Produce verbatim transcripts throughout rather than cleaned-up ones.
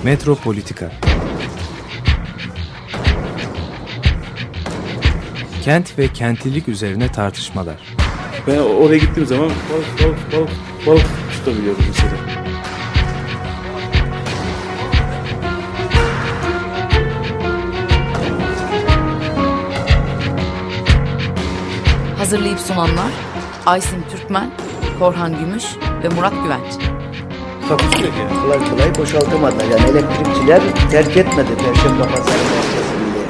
Metropolitika. Kent ve kentlilik üzerine tartışmalar. Ben oraya gittiğim zaman balık balık balık balık tutabiliyorum mesela. Hazırlayıp sunanlar Aysin Türkmen, Korhan Gümüş ve Murat Güvenç. Takusuyor yani. Kolay kolay boşaltamadılar. Yani elektrikçiler terk etmedi Perşembe Pazarı merkezinde.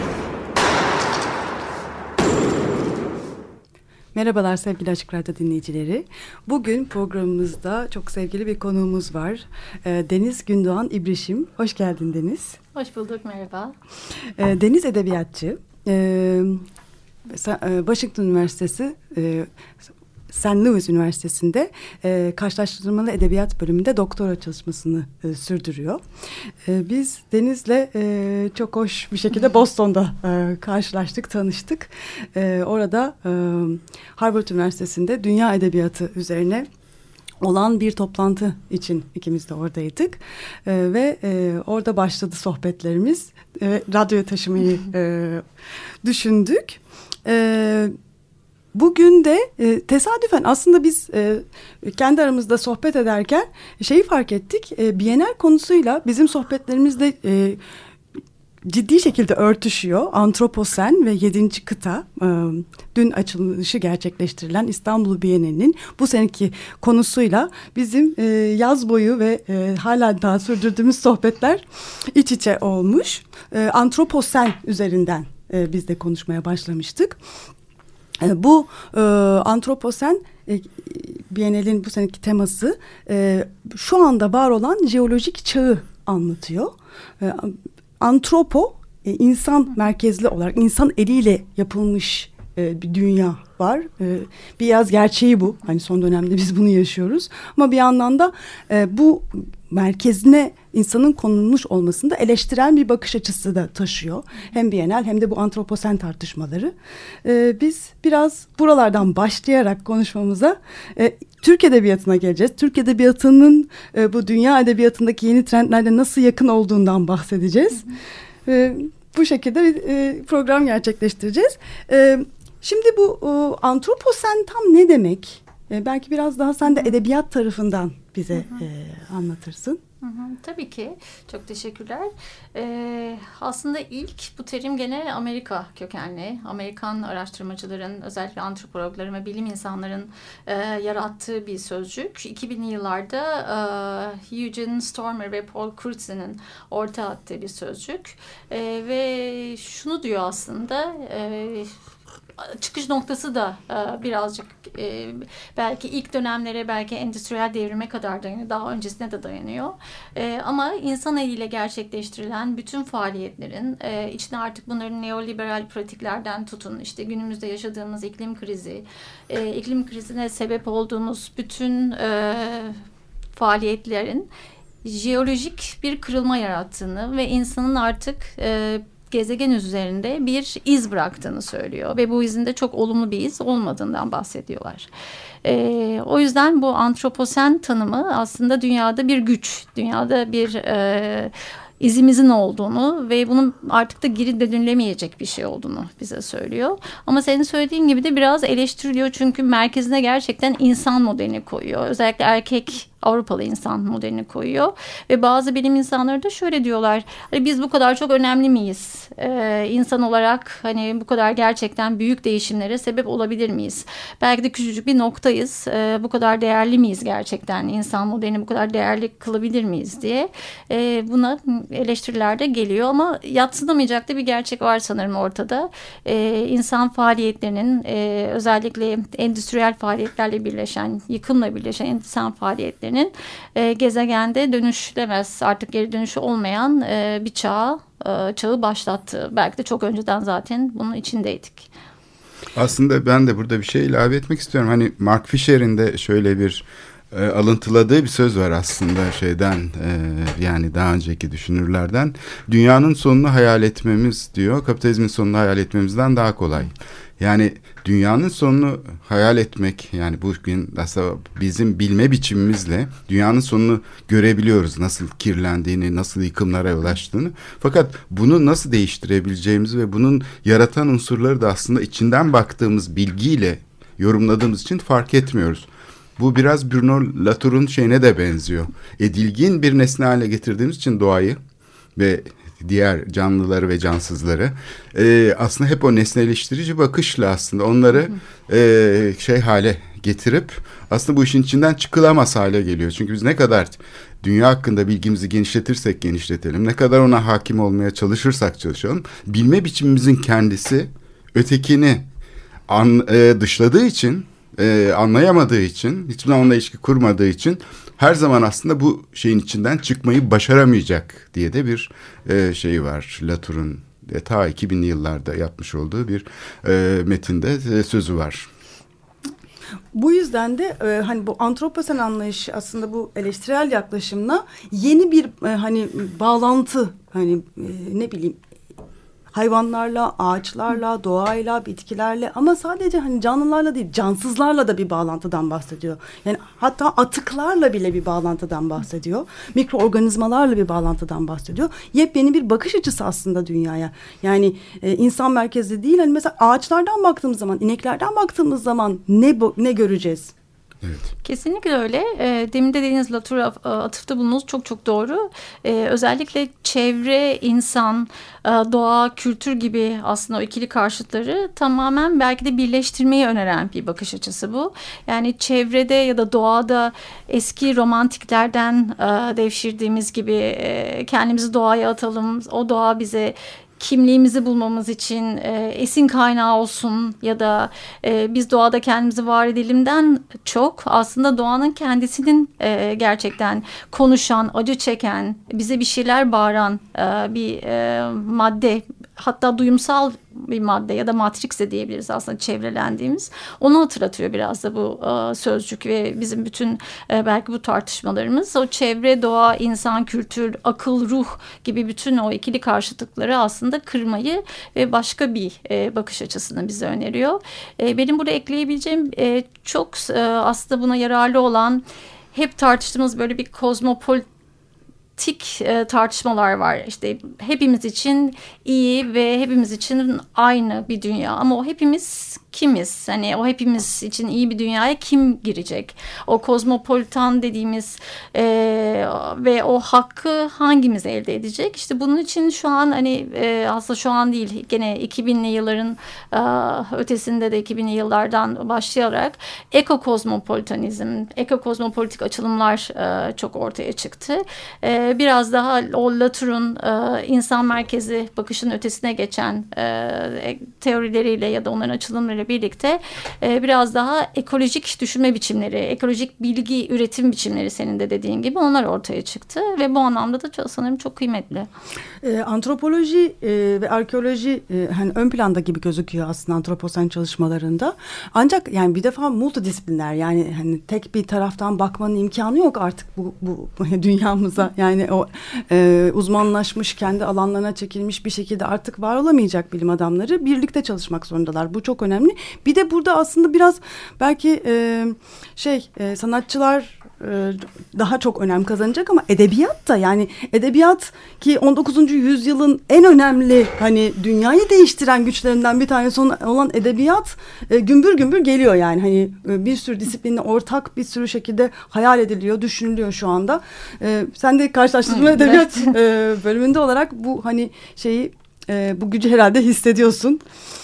Merhabalar sevgili Açık Radyo dinleyicileri. Bugün programımızda çok sevgili bir konuğumuz var. Deniz Gündoğan İbrişim. Hoş geldin Deniz. Hoş bulduk, merhaba. Deniz edebiyatçı. Washington Üniversitesi, Saint Louis Üniversitesi'nde e, karşılaştırmalı edebiyat bölümünde doktora çalışmasını e, sürdürüyor. E, biz Deniz'le e, çok hoş bir şekilde Boston'da e, karşılaştık, tanıştık. E, orada e, Harvard Üniversitesi'nde dünya edebiyatı üzerine olan bir toplantı için ikimiz de oradaydık. E, ve e, orada başladı sohbetlerimiz. E, radyoya taşımayı e, düşündük. Evet. Bugün de e, tesadüfen aslında biz e, kendi aramızda sohbet ederken şeyi fark ettik. E, Bienal konusuyla bizim sohbetlerimiz de e, ciddi şekilde örtüşüyor. Antroposen ve yedinci kıta, e, dün açılışı gerçekleştirilen İstanbul Bienali'nin bu seneki konusuyla bizim e, yaz boyu ve e, hala daha sürdürdüğümüz sohbetler iç içe olmuş. E, Antroposen üzerinden e, biz de konuşmaya başlamıştık. Bu e, Antroposen e, Bienal'in bu seneki teması e, şu anda var olan jeolojik çağı anlatıyor. E, antropo e, insan merkezli olarak insan eliyle yapılmış e, bir dünya var. E, biraz gerçeği bu. Hani son dönemde biz bunu yaşıyoruz. Ama bir yandan da e, bu merkezine insanın konulmuş olmasında eleştiren bir bakış açısı da taşıyor. Hem Bienal hem de bu antroposen tartışmaları. Ee, biz biraz buralardan başlayarak konuşmamıza e, Türk Edebiyatı'na geleceğiz. Türk Edebiyatı'nın e, bu dünya edebiyatındaki yeni trendlerle nasıl yakın olduğundan bahsedeceğiz. E, bu şekilde bir e, program gerçekleştireceğiz. E, şimdi bu e, antroposen tam ne demek? E, belki biraz daha sen de edebiyat tarafından bize e, anlatırsın. Hı hı, tabii ki. Çok teşekkürler. Ee, aslında ilk bu terim gene Amerika kökenli. Amerikan araştırmacıların, özellikle antropologların ve bilim insanların e, yarattığı bir sözcük. iki binli yıllarda e, Eugene Stormer ve Paul Crutzen ortaya attığı bir sözcük. E, ve şunu diyor aslında... E, çıkış noktası da e, birazcık e, belki ilk dönemlere, belki endüstriyel devrime kadar dayanıyor. Daha öncesine de dayanıyor. E, ama insan eliyle gerçekleştirilen bütün faaliyetlerin e, içine artık bunların neoliberal pratiklerden tutun, işte günümüzde yaşadığımız iklim krizi, e, iklim krizine sebep olduğumuz bütün e, faaliyetlerin jeolojik bir kırılma yarattığını ve insanın artık e, gezegen üzerinde bir iz bıraktığını söylüyor ve bu izin de çok olumlu bir iz olmadığından bahsediyorlar. Ee, o yüzden bu antroposen tanımı aslında dünyada bir güç, dünyada bir e, izimizin olduğunu ve bunun artık da geri dönülemeyecek bir şey olduğunu bize söylüyor. Ama senin söylediğin gibi de biraz eleştiriliyor çünkü merkezine gerçekten insan modelini koyuyor. Özellikle erkek Avrupalı insan modelini koyuyor ve bazı bilim insanları da şöyle diyorlar: hani biz bu kadar çok önemli miyiz? Ee, insan olarak hani bu kadar gerçekten büyük değişimlere sebep olabilir miyiz? Belki de küçücük bir noktayız. Ee, bu kadar değerli miyiz gerçekten? İnsan modelini bu kadar değerli kılabilir miyiz diye ee, buna eleştiriler de geliyor ama yadsınamayacak da bir gerçek var sanırım ortada. Ee, insan faaliyetlerinin e, özellikle endüstriyel faaliyetlerle birleşen, yıkımla birleşen insan faaliyetlerinin E, gezegende dönüşülemez, artık geri dönüşü olmayan e, bir çağı, e, çağı başlattı. Belki de çok önceden zaten bunun içindeydik. Aslında ben de burada bir şey ilave etmek istiyorum. Hani Mark Fisher'in de şöyle bir e, alıntıladığı bir söz var aslında şeyden e, yani daha önceki düşünürlerden. Dünyanın sonunu hayal etmemiz diyor, kapitalizmin sonunu hayal etmemizden daha kolay. Yani dünyanın sonunu hayal etmek, yani bugün aslında bizim bilme biçimimizle dünyanın sonunu görebiliyoruz. Nasıl kirlendiğini, nasıl yıkımlara ulaştığını. Fakat bunu nasıl değiştirebileceğimizi ve bunun yaratan unsurları da aslında içinden baktığımız bilgiyle yorumladığımız için fark etmiyoruz. Bu biraz Bruno Latour'un şeyine de benziyor. Edilgin bir nesne hale getirdiğimiz için doğayı ve diğer canlıları ve cansızları e, aslında hep o nesneleştirici bakışla aslında onları e, şey hale getirip aslında bu işin içinden çıkılamaz hale geliyor. Çünkü biz ne kadar dünya hakkında bilgimizi genişletirsek genişletelim, ne kadar ona hakim olmaya çalışırsak çalışalım, bilme biçimimizin kendisi ötekini an, e, dışladığı için, e, anlayamadığı için, hiçbir zaman onunla ilişki kurmadığı için her zaman aslında bu şeyin içinden çıkmayı başaramayacak diye de bir e, şey var. Latour'un e, ta iki binli yıllarda yapmış olduğu bir e, metinde e, sözü var. Bu yüzden de e, hani bu antroposen anlayışı aslında bu eleştirel yaklaşımla yeni bir e, hani bağlantı, hani e, ne bileyim, hayvanlarla, ağaçlarla, doğayla, bitkilerle, ama sadece hani canlılarla değil, cansızlarla da bir bağlantıdan bahsediyor. Yani hatta atıklarla bile bir bağlantıdan bahsediyor. Mikroorganizmalarla bir bağlantıdan bahsediyor. Yepyeni bir bakış açısı aslında dünyaya. Yani e, insan merkezli değil. Hani mesela ağaçlardan baktığımız zaman, ineklerden baktığımız zaman ne ne göreceğiz? Evet. Kesinlikle öyle. E, demin de dediğiniz Latour'a atıfta bulunduğunuz çok çok doğru. E, özellikle çevre, insan, e, doğa, kültür gibi aslında o ikili karşıtları tamamen belki de birleştirmeyi öneren bir bakış açısı bu. Yani çevrede ya da doğada eski romantiklerden e, devşirdiğimiz gibi e, kendimizi doğaya atalım, o doğa bize kimliğimizi bulmamız için e, esin kaynağı olsun ya da e, biz doğada kendimizi var edelimden çok aslında doğanın kendisinin e, gerçekten konuşan, acı çeken, bize bir şeyler bağıran e, bir e, madde, hatta duyumsal bir madde ya da Matrix de diyebiliriz aslında çevrelendiğimiz. Onu hatırlatıyor biraz da bu e, sözcük ve bizim bütün e, belki bu tartışmalarımız. O çevre, doğa, insan, kültür, akıl, ruh gibi bütün o ikili karşıtlıkları aslında kırmayı ve başka bir e, bakış açısını bize öneriyor. E, benim burada ekleyebileceğim e, çok e, aslında buna yararlı olan, hep tartıştığımız böyle bir kozmopolit tik e, tartışmalar var. İşte hepimiz için iyi ve hepimiz için aynı bir dünya. Ama o hepimiz kimiz? Hani o hepimiz için iyi bir dünyaya kim girecek? O kozmopolitan dediğimiz e, ve o hakkı hangimiz elde edecek? İşte bunun için şu an hani e, aslında şu an değil, gene iki binli yılların e, ötesinde de iki binli yıllardan başlayarak ekokozmopolitanizm, ekokozmopolitik açılımlar e, çok ortaya çıktı. E, biraz daha o Latour'un e, insan merkezi bakışın ötesine geçen e, teorileriyle ya da onların açılımlarıyla birlikte e, biraz daha ekolojik düşünme biçimleri, ekolojik bilgi üretim biçimleri, senin de dediğin gibi, onlar ortaya çıktı ve bu anlamda da çok, sanırım çok kıymetli. E, antropoloji e, ve arkeoloji e, hani ön planda gibi gözüküyor aslında antroposen çalışmalarında. Ancak yani bir defa multidisipliner, yani hani tek bir taraftan bakmanın imkanı yok artık bu, bu dünyamıza. Yani o e, uzmanlaşmış, kendi alanlarına çekilmiş bir şekilde artık var olamayacak bilim adamları birlikte çalışmak zorundalar. Bu çok önemli. Bir de burada aslında biraz belki e, şey e, sanatçılar e, daha çok önem kazanacak ama edebiyat da, yani edebiyat ki on dokuzuncu yüzyılın en önemli hani dünyayı değiştiren güçlerinden bir tanesi olan edebiyat e, gümbür gümbür geliyor, yani hani e, bir sürü disiplinle ortak bir sürü şekilde hayal ediliyor, düşünülüyor şu anda. E, sen de karşılaştırma edebiyat e, bölümünde olarak bu hani şeyi, e, bu gücü herhalde hissediyorsun.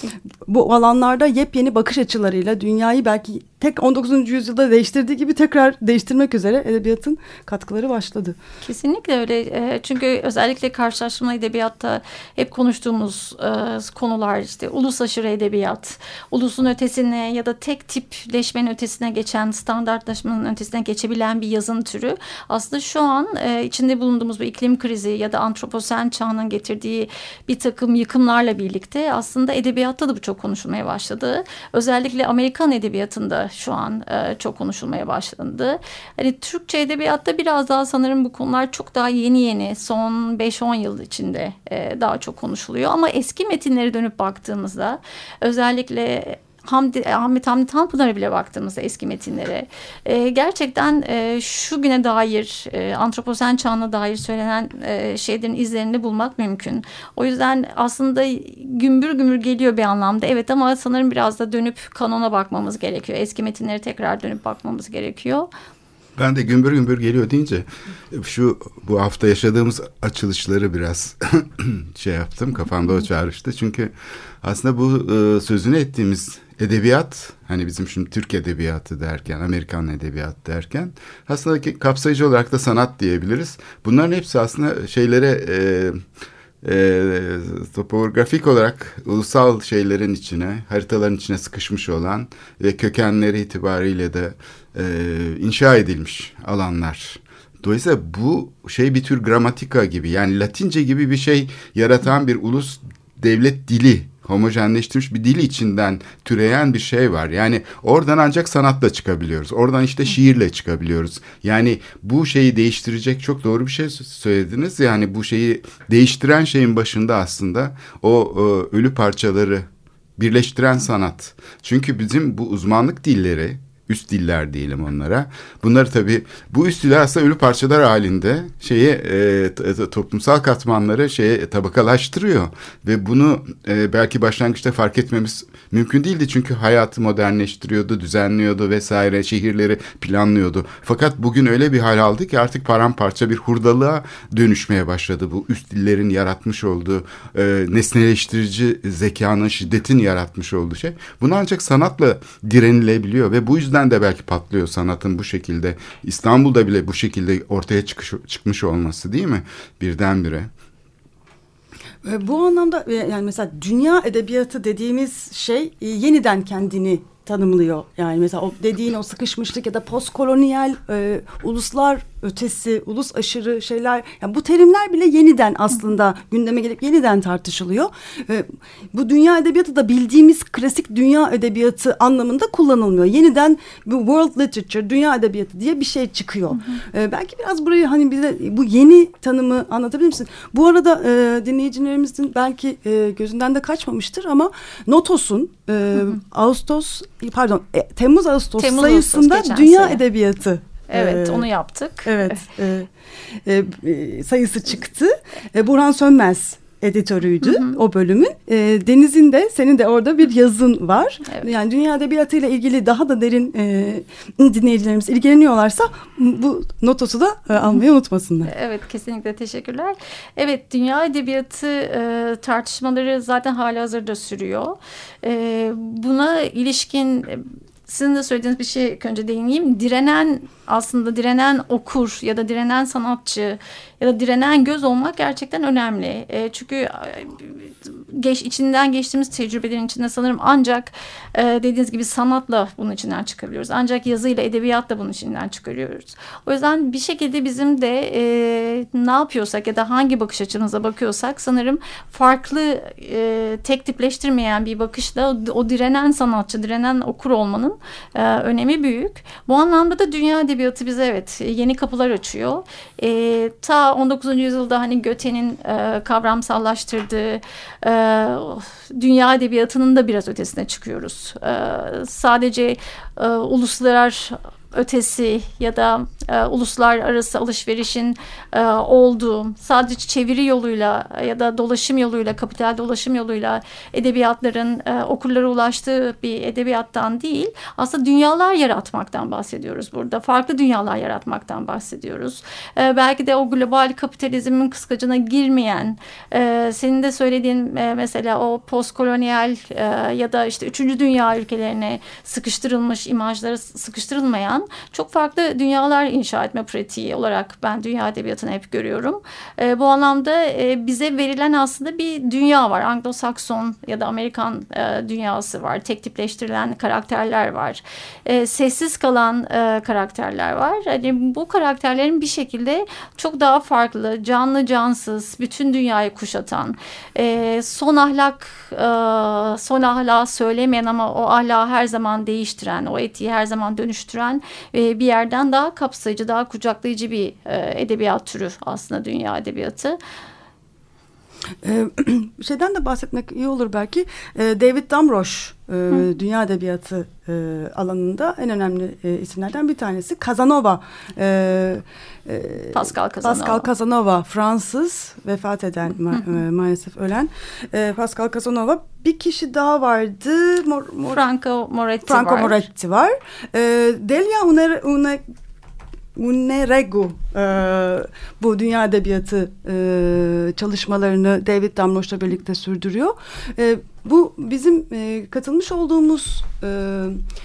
Bu alanlarda yepyeni bakış açılarıyla dünyayı belki tek on dokuzuncu yüzyılda değiştirdiği gibi tekrar değiştirmek üzere edebiyatın katkıları başladı. Kesinlikle öyle. Çünkü özellikle karşılaştırma edebiyatta hep konuştuğumuz konular, işte ulus aşırı edebiyat, ulusun ötesine ya da tek tipleşmenin ötesine geçen, standartlaşmanın ötesine geçebilen bir yazın türü. Aslında şu an içinde bulunduğumuz bu iklim krizi ya da antroposen çağının getirdiği bir takım yıkımlarla birlikte aslında edebiyatta da bu çok konuşulmaya başladı. Özellikle Amerikan edebiyatında şu an e, çok konuşulmaya başlandı. Hani Türkçe edebiyatta biraz daha sanırım bu konular çok daha yeni yeni son beş on yıl içinde e, daha çok konuşuluyor. Ama eski metinlere dönüp baktığımızda özellikle Hamdi, Ahmet Hamdi Tanpınar'a bile baktığımızda eski metinlere e, gerçekten e, şu güne dair e, antroposen çağına dair söylenen e, şeylerin izlerini bulmak mümkün. O yüzden aslında gümbür gümbür geliyor bir anlamda, evet, ama sanırım biraz da dönüp kanona bakmamız gerekiyor. Eski metinlere tekrar dönüp bakmamız gerekiyor. Ben de gümbür gümbür geliyor deyince şu bu hafta yaşadığımız açılışları biraz şey yaptım, kafamda o çağrıştı. Çünkü aslında bu e, sözünü ettiğimiz edebiyat, hani bizim şimdi Türk edebiyatı derken, Amerikan edebiyatı derken aslında kapsayıcı olarak da sanat diyebiliriz. Bunların hepsi aslında şeylere e, e, topografik olarak ulusal şeylerin içine, haritaların içine sıkışmış olan ve kökenleri itibariyle de e, inşa edilmiş alanlar. Dolayısıyla bu şey bir tür gramatika gibi, yani Latince gibi bir şey yaratan bir ulus devlet dili, homojenleştirilmiş bir dil içinden türeyen bir şey var. Yani oradan ancak sanatla çıkabiliyoruz. Oradan işte şiirle çıkabiliyoruz. Yani bu şeyi değiştirecek, çok doğru bir şey söylediniz. Yani bu şeyi değiştiren şeyin başında aslında o, o ölü parçaları birleştiren sanat. Çünkü bizim bu uzmanlık dilleri, üst diller diyelim onlara. Bunları tabii, bu üst diller aslında ölü parçalar halinde şeye e, t- toplumsal katmanları şeye tabakalaştırıyor ve bunu e, belki başlangıçta fark etmemiz mümkün değildi, çünkü hayatı modernleştiriyordu, düzenliyordu vesaire, şehirleri planlıyordu. Fakat bugün öyle bir hal aldı ki artık paramparça bir hurdalığa dönüşmeye başladı bu üst dillerin yaratmış olduğu e, nesneleştirici zekanın, şiddetin yaratmış olduğu şey. Bunu ancak sanatla direnilebiliyor ve bu yüzden de belki patlıyor sanatın bu şekilde, İstanbul'da bile bu şekilde ortaya çıkış, çıkmış olması, değil mi? Birdenbire. Bu anlamda yani mesela dünya edebiyatı dediğimiz şey yeniden kendini tanımlıyor. Yani mesela o dediğin o sıkışmışlık ya da postkolonyal e, uluslar ötesi, ulus aşırı şeyler, yani bu terimler bile yeniden aslında gündeme gelip yeniden tartışılıyor. E, bu dünya edebiyatı da bildiğimiz klasik dünya edebiyatı anlamında kullanılmıyor. Yeniden bu world literature, dünya edebiyatı diye bir şey çıkıyor. Hı hı. E, belki biraz burayı hani bize bu yeni tanımı anlatabilir misin? Bu arada e, dinleyicilerimizin belki e, gözünden de kaçmamıştır ama Notos'un e, hı hı. Ağustos pardon e, Temmuz Ağustos Temmuz, sayısında Ağustos, dünya sene. edebiyatı. Evet, ee, onu yaptık. Evet, e, e, e, sayısı çıktı. E, Burhan Sönmez editörüydü hı hı. o bölümün. E, Deniz'in de, senin de orada bir yazın var. Evet. Yani dünya edebiyatıyla ilgili daha da derin e, dinleyicilerimiz ilgileniyorlarsa bu notosu da e, almayı unutmasınlar. Evet, kesinlikle teşekkürler. Evet, dünya edebiyatı e, tartışmaları zaten halihazırda sürüyor. E, buna ilişkin sizin de söylediğiniz bir şey önce değineyim. Direnen, aslında direnen okur ya da direnen sanatçı ya da direnen göz olmak gerçekten önemli. E, çünkü geç, içinden geçtiğimiz tecrübelerin içinde sanırım ancak e, dediğiniz gibi sanatla bunun içinden çıkabiliyoruz. Ancak yazıyla, edebiyatla bunun içinden çıkarıyoruz. O yüzden bir şekilde bizim de e, ne yapıyorsak ya da hangi bakış açımıza bakıyorsak sanırım farklı, e, tek tipleştirmeyen bir bakışla o, o direnen sanatçı, direnen okur olmanın e, önemi büyük. Bu anlamda da dünya edebiyatı bize evet yeni kapılar açıyor. E, ta on dokuzuncu yüzyılda hani Goethe'nin e, kavramsallaştırdığı e, dünya edebiyatının da biraz ötesine çıkıyoruz. E, sadece e, uluslar ötesi ya da e, uluslararası alışverişin e, olduğu, sadece çeviri yoluyla ya da dolaşım yoluyla, kapital dolaşım yoluyla edebiyatların e, okurlara ulaştığı bir edebiyattan değil, aslında dünyalar yaratmaktan bahsediyoruz burada. Farklı dünyalar yaratmaktan bahsediyoruz. E, belki de o global kapitalizmin kıskacına girmeyen, e, senin de söylediğin e, mesela o postkolonyal e, ya da işte üçüncü dünya ülkelerine sıkıştırılmış, imajlara sıkıştırılmayan çok farklı dünyalar inşa etme pratiği olarak ben dünya edebiyatını hep görüyorum. E, bu anlamda e, bize verilen aslında bir dünya var. Anglo-Sakson ya da Amerikan e, dünyası var. Tek tipleştirilen karakterler var. E, sessiz kalan e, karakterler var. Yani bu karakterlerin bir şekilde çok daha farklı, canlı cansız, bütün dünyayı kuşatan, e, son ahlak, e, son ahlak söylemeyen ama o ahlakı her zaman değiştiren, o etiği her zaman dönüştüren e, bir yerden daha kapsayıcı, daha kucaklayıcı bir e, edebiyat türü aslında dünya edebiyatı. Ee, şeyden de bahsetmek iyi olur belki. Ee, David Damrosch e, dünya edebiyatı e, alanında en önemli e, isimlerden bir tanesi. Casanova, e, e, Pascal Casanova. Pascal Casanova, Fransız, vefat eden ma- e, maalesef ölen e, Pascal Casanova. Bir kişi daha vardı. Mor, mor, Franco Moretti Franco var. Moretti var. E, Delia Une, Une Uneregu e, bu dünya edebiyatı e, çalışmalarını David Damrosch'la birlikte sürdürüyor. E, bu bizim e, katılmış olduğumuz e,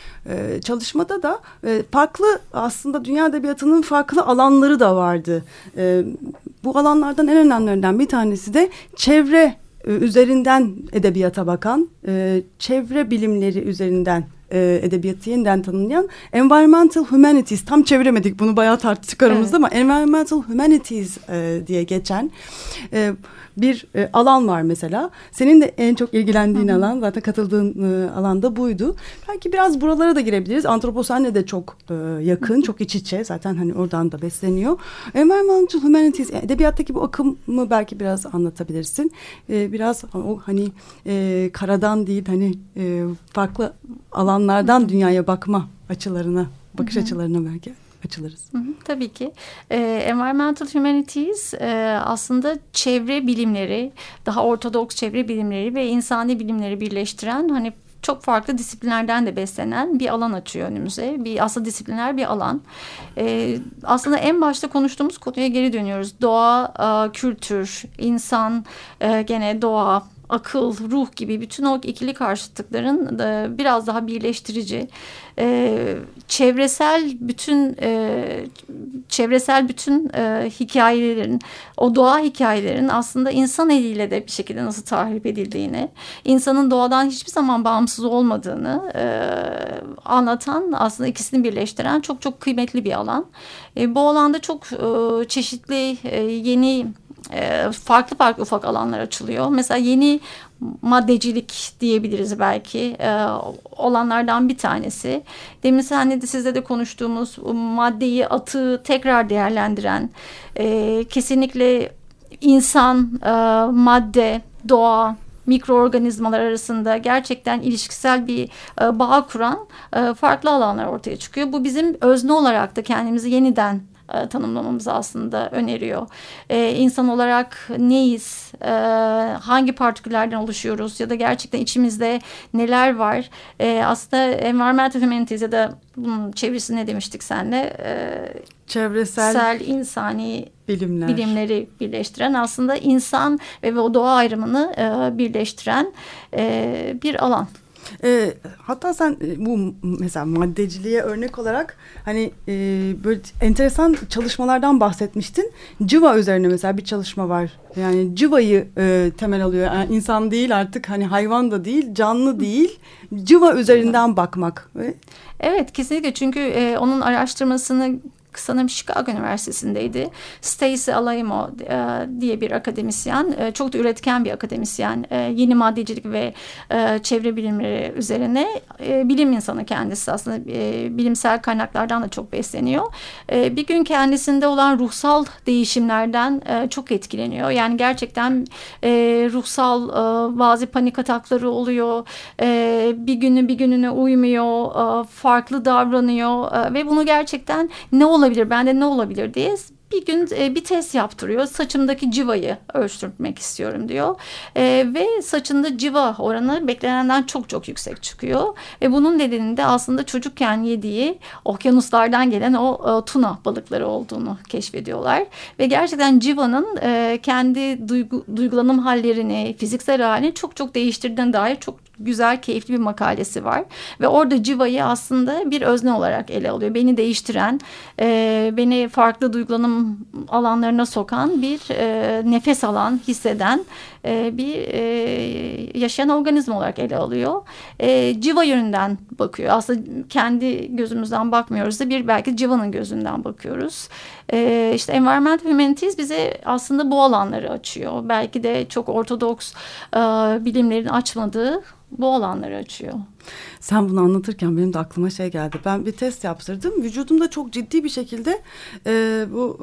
e, çalışmada da e, farklı aslında dünya edebiyatının farklı alanları da vardı. E, bu alanlardan en önemlilerinden bir tanesi de çevre e, üzerinden edebiyata bakan, e, çevre bilimleri üzerinden E, edebiyatı yeniden tanımlayan Environmental Humanities, tam çeviremedik bunu, bayağı tartıştık aramızda, evet. Ama Environmental Humanities e, diye geçen e, bir e, alan var mesela. Senin de en çok ilgilendiğin Hı-hı. alan, zaten katıldığın e, alanda buydu. Belki biraz buralara da girebiliriz. Antroposenle de çok e, yakın, Hı-hı. çok iç içe. Zaten hani oradan da besleniyor. Environmental Humanities, edebiyattaki bu akımı belki biraz anlatabilirsin. E, biraz o hani e, karadan değil, hani e, farklı alanlardan Hı-hı. dünyaya bakma açılarına, bakış Hı-hı. açılarına belki açılırız. Hı hı, tabii ki. Ee, Environmental Humanities e, aslında çevre bilimleri, daha ortodoks çevre bilimleri ve insani bilimleri birleştiren, hani çok farklı disiplinlerden de beslenen bir alan açıyor önümüze. Bir aslında disipliner bir alan. Ee, aslında en başta konuştuğumuz konuya geri dönüyoruz. Doğa, e, kültür, insan, e, gene doğa, akıl, ruh gibi bütün o ikili karşıtlıkların e, biraz daha birleştirici, e, çevresel bütün e, çevresel bütün e, hikayelerin, o doğa hikayelerin aslında insan eliyle de bir şekilde nasıl tahrip edildiğini, insanın doğadan hiçbir zaman bağımsız olmadığını e, anlatan, aslında ikisini birleştiren çok çok kıymetli bir alan. E, bu alanda çok e, çeşitli e, yeni farklı farklı ufak alanlar açılıyor. Mesela yeni maddecilik diyebiliriz belki. Ee, olanlardan bir tanesi. Demin senle de sizle de konuştuğumuz maddeyi, atığı tekrar değerlendiren, e, kesinlikle insan, e, madde, doğa, mikroorganizmalar arasında gerçekten ilişkisel bir e, bağ kuran e, farklı alanlar ortaya çıkıyor. Bu bizim özne olarak da kendimizi yeniden E, tanımlamamızı aslında öneriyor. E, insan olarak neyiz? E, hangi partiküllerden oluşuyoruz? Ya da gerçekten içimizde neler var? E, aslında Environmental Humanities ya da bunun çevirisi ne demiştik senle? E, Çevresel insani bilimler. bilimleri birleştiren, aslında insan ve, ve o doğa ayrımını e, birleştiren e, bir alan. E, hatta sen e, bu mesela maddeciliğe örnek olarak hani e, böyle enteresan çalışmalardan bahsetmiştin. Civa üzerine mesela bir çalışma var. Yani civayı e, temel alıyor. Yani insan değil artık, hani hayvan da değil, canlı değil. Civa üzerinden bakmak. Evet, kesinlikle, çünkü e, onun araştırmasını sanırım Chicago Üniversitesi'ndeydi. Stacy Alaimo e, diye bir akademisyen, e, çok da üretken bir akademisyen. E, yeni maddecilik ve e, çevre bilimleri üzerine e, bilim insanı kendisi, aslında e, bilimsel kaynaklardan da çok besleniyor. E, bir gün kendisinde olan ruhsal değişimlerden e, çok etkileniyor. Yani gerçekten e, ruhsal e, bazı panik atakları oluyor. E, bir günü bir gününe uymuyor. E, farklı davranıyor. E, ve bunu gerçekten ne olabilir? olabilir, bende ne olabilir diye bir gün e, bir test yaptırıyor. Saçımdaki civayı ölçtürmek istiyorum diyor. E, ve saçında civa oranı beklenenden çok çok yüksek çıkıyor. Ve bunun nedeninde aslında çocukken yediği okyanuslardan gelen o e, tuna balıkları olduğunu keşfediyorlar. Ve gerçekten civanın e, kendi duygu, duygulanım hallerini, fiziksel halini çok çok değiştirdiğine dair çok güzel, keyifli bir makalesi var. Ve orada civayı aslında bir özne olarak ele alıyor. Beni değiştiren, e, beni farklı duygulanım alanlarına sokan bir e, nefes alan, hisseden e, bir e, yaşayan organizma olarak ele alıyor. E, civa yönünden bakıyor. Aslında kendi gözümüzden bakmıyoruz da bir belki civanın gözünden bakıyoruz. E, işte Environmental Humanities bize aslında bu alanları açıyor. Belki de çok ortodoks e, bilimlerin açmadığı bu alanları açıyor. Sen bunu anlatırken benim de aklıma şey geldi. Ben bir test yaptırdım. Vücudumda çok ciddi bir şekilde e, bu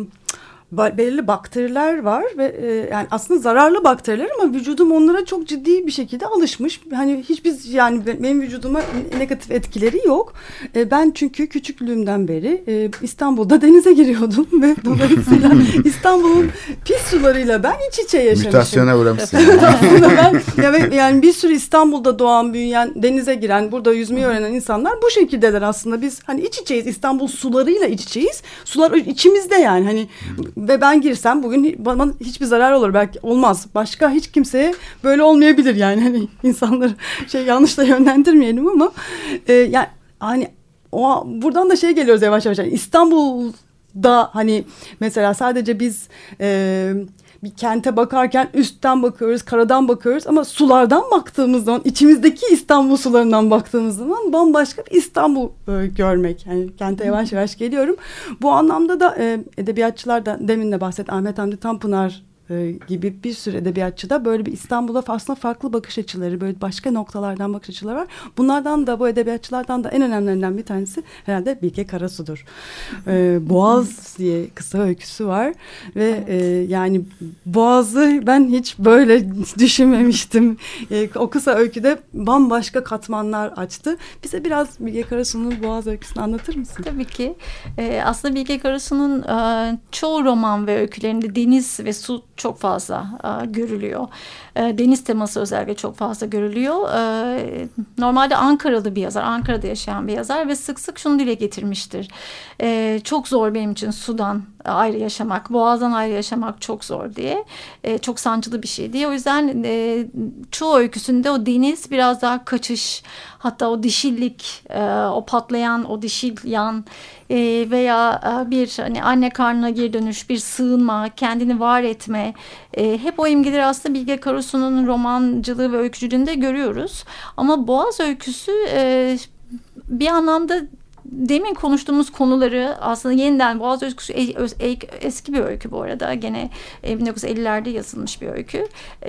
e, belirli bakteriler var ve e, yani aslında zararlı bakteriler ama vücudum onlara çok ciddi bir şekilde alışmış. Hani hiçbir yani benim vücuduma negatif etkileri yok. E, ben çünkü küçüklüğümden beri e, İstanbul'da denize giriyordum ve dolayısıyla İstanbul'un pis sularıyla ben iç içe yaşamışım. Mutasyona uğramışsın. Aslında ben ya, yani bir sürü İstanbul'da doğan, büyüyen, denize giren, burada yüzmeyi öğrenen insanlar bu şekildeler aslında. Biz hani iç içeyiz. İstanbul sularıyla iç içeyiz. Sular içimizde yani hani ve ben girsem bugün bana hiçbir zarar olur belki olmaz. Başka hiç kimseye böyle olmayabilir yani hani insanları şey yanlış da yönlendirmeyelim ama e, yani hani o buradan da şey geliyoruz yavaş yavaş. Yani İstanbul'da hani mesela sadece biz e, bir kente bakarken üstten bakıyoruz, karadan bakıyoruz ama sulardan baktığımız zaman, içimizdeki İstanbul sularından baktığımız zaman bambaşka bir İstanbul e, görmek. Yani kente yavaş yavaş geliyorum. Bu anlamda da e, edebiyatçılar da demin de bahsetti Ahmet Hamdi Tanpınar e, gibi bir sürü edebiyatçıda böyle bir İstanbul'a aslında farklı bakış açıları, böyle başka noktalardan bakış açıları var. Bunlardan da bu edebiyatçılardan da en önemlilerinden bir tanesi herhalde Bilge Karasu'dur. E, Boğaz diye kısa öyküsü var ve e, yani Boğaz'ı ben hiç böyle düşünmemiştim. E, o kısa öyküde bambaşka katmanlar açtı. Bize biraz Bilge Karasu'nun Boğaz öyküsünü anlatır mısın? Tabii ki. E, aslında Bilge Karasu'nun e, çoğu roman ve öykülerinde deniz ve su çok fazla e, görülüyor. E, deniz teması özellikle çok fazla görülüyor. E, normalde Ankaralı bir yazar, Ankara'da yaşayan bir yazar ve sık sık şunu dile getirmiştir. E, çok zor benim için sudan ayrı yaşamak, boğazdan ayrı yaşamak çok zor diye. E, çok sancılı bir şey diye. O yüzden e, çoğu öyküsünde o deniz biraz daha kaçış, hatta o dişillik, e, o patlayan, o dişil yan e, veya e, bir hani anne karnına geri dönüş, bir sığınma, kendini var etme. E, hep o imgeleri aslında Bilge Karasu'nun romancılığı ve öykücülüğünde görüyoruz. Ama Boğaz öyküsü e, bir anlamda demin konuştuğumuz konuları aslında yeniden Boğaz öyküsü eski bir öykü bu arada. Gene bin dokuz yüz ellilerde yazılmış bir öykü.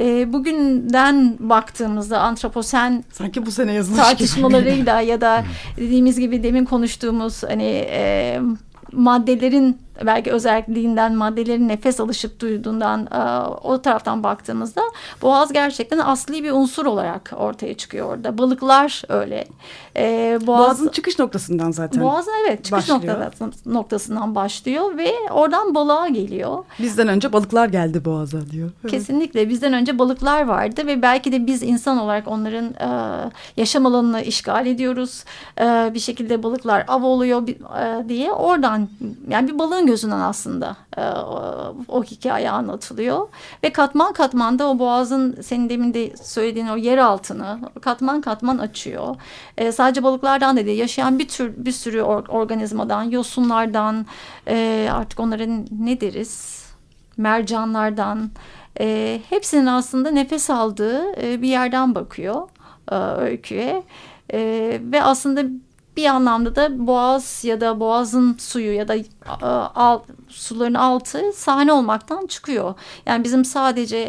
Bugünden baktığımızda antroposen sanki bu sene yazılmış tartışmalarıyla ya da dediğimiz gibi demin konuştuğumuz hani e, maddelerin belki özelliğinden, maddelerin nefes alışıp duyduğundan o taraftan baktığımızda Boğaz gerçekten asli bir unsur olarak ortaya çıkıyor orada. Balıklar öyle. Ee, Boğaz, Boğaz'ın çıkış noktasından zaten. Boğaz evet çıkış başlıyor. noktasından başlıyor ve oradan balığa geliyor. Bizden önce balıklar geldi Boğaz'a diyor. Evet. Kesinlikle bizden önce balıklar vardı ve belki de biz insan olarak onların e, yaşam alanını işgal ediyoruz. E, bir şekilde balıklar av oluyor e, diye oradan yani bir balığın gözünden aslında e, o, o hikaye anlatılıyor. Ve katman katman da o Boğaz'ın senin demin de söylediğin o yer altını katman katman açıyor. E, sadece balıklardan da değil, yaşayan bir tür bir sürü or, organizmadan, yosunlardan, e, artık onların ne deriz? Mercanlardan, e, hepsinin aslında nefes aldığı e, bir yerden bakıyor e, öyküye. E, ve aslında bir anlamda da Boğaz ya da Boğaz'ın suyu ya da al, suların altı sahne olmaktan çıkıyor. Yani bizim sadece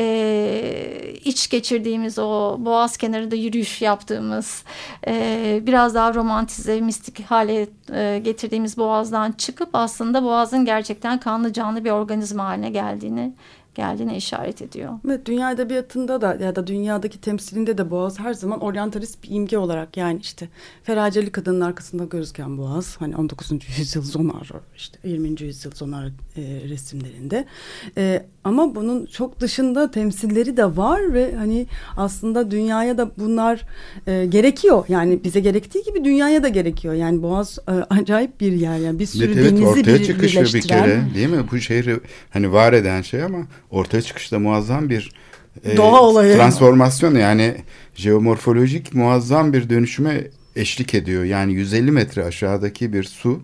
e, iç geçirdiğimiz o Boğaz kenarında yürüyüş yaptığımız e, biraz daha romantize, mistik hale e, getirdiğimiz Boğaz'dan çıkıp aslında Boğaz'ın gerçekten kanlı canlı bir organizma haline geldiğini geldiğine işaret ediyor. Evet, dünya edebiyatında da ya da dünyadaki temsilinde de Boğaz her zaman oryantalist bir imge olarak yani işte feraceli kadının arkasında gözüken Boğaz hani on dokuzuncu yüzyıl zonar işte yirminci yüzyıl zonar e, resimlerinde e, ama bunun çok dışında temsilleri de var ve hani aslında dünyaya da bunlar e, gerekiyor yani bize gerektiği gibi dünyaya da gerekiyor yani Boğaz e, acayip bir yer yani bir sürü evet, denizi ortaya bir, çıkışı bir birleştiren. kere değil mi bu şehri hani var eden şey ama ortaya çıkışta muazzam bir e, Doğa olayı. transformasyon, yani jeomorfolojik muazzam bir dönüşüme eşlik ediyor. Yani yüz elli metre aşağıdaki bir su,